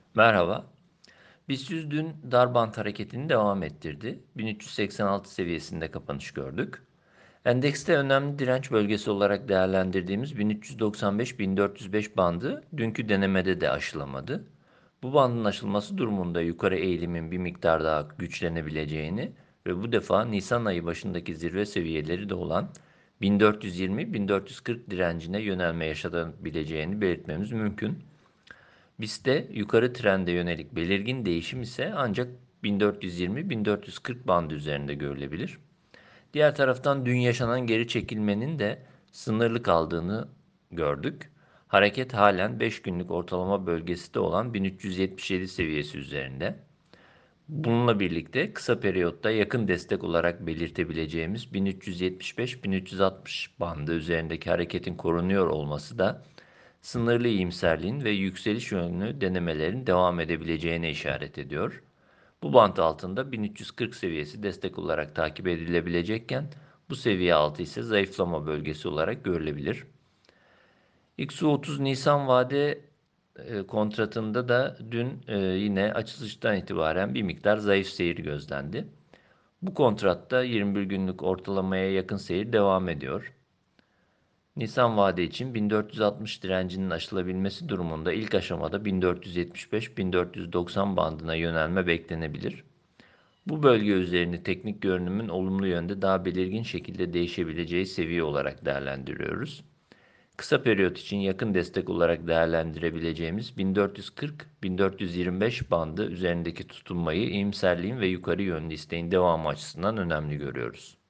Merhaba. BIST dün dar bant hareketini devam ettirdi. 1386 seviyesinde kapanış gördük. Endekste önemli direnç bölgesi olarak değerlendirdiğimiz 1395-1405 bandı dünkü denemede de aşılamadı. Bu bandın aşılması durumunda yukarı eğilimin bir miktar daha güçlenebileceğini ve bu defa Nisan ayı başındaki zirve seviyeleri de olan 1420-1440 direncine yönelme yaşanabileceğini belirtmemiz mümkün. BIST'te yukarı trende yönelik belirgin değişim ise ancak 1420-1440 bandı üzerinde görülebilir. Diğer taraftan dün yaşanan geri çekilmenin de sınırlı kaldığını gördük. Hareket halen 5 günlük ortalama bölgesi de olan 1377 seviyesi üzerinde. Bununla birlikte kısa periyotta yakın destek olarak belirtebileceğimiz 1375-1360 bandı üzerindeki hareketin korunuyor olması da sınırlı iyimserliğin ve yükseliş yönlü denemelerin devam edebileceğine işaret ediyor. Bu bant altında 1340 seviyesi destek olarak takip edilebilecekken bu seviye altı ise zayıflama bölgesi olarak görülebilir. XU30 Nisan vade kontratında da dün yine açılıştan itibaren bir miktar zayıf seyir gözlendi. Bu kontratta 21 günlük ortalamaya yakın seyir devam ediyor. Nisan vade için 1460 direncinin aşılabilmesi durumunda ilk aşamada 1475-1490 bandına yönelme beklenebilir. Bu bölge üzerini teknik görünümün olumlu yönde daha belirgin şekilde değişebileceği seviye olarak değerlendiriyoruz. Kısa periyot için yakın destek olarak değerlendirebileceğimiz 1440-1425 bandı üzerindeki tutunmayı iyimserliğin ve yukarı yönlü isteğin devamı açısından önemli görüyoruz.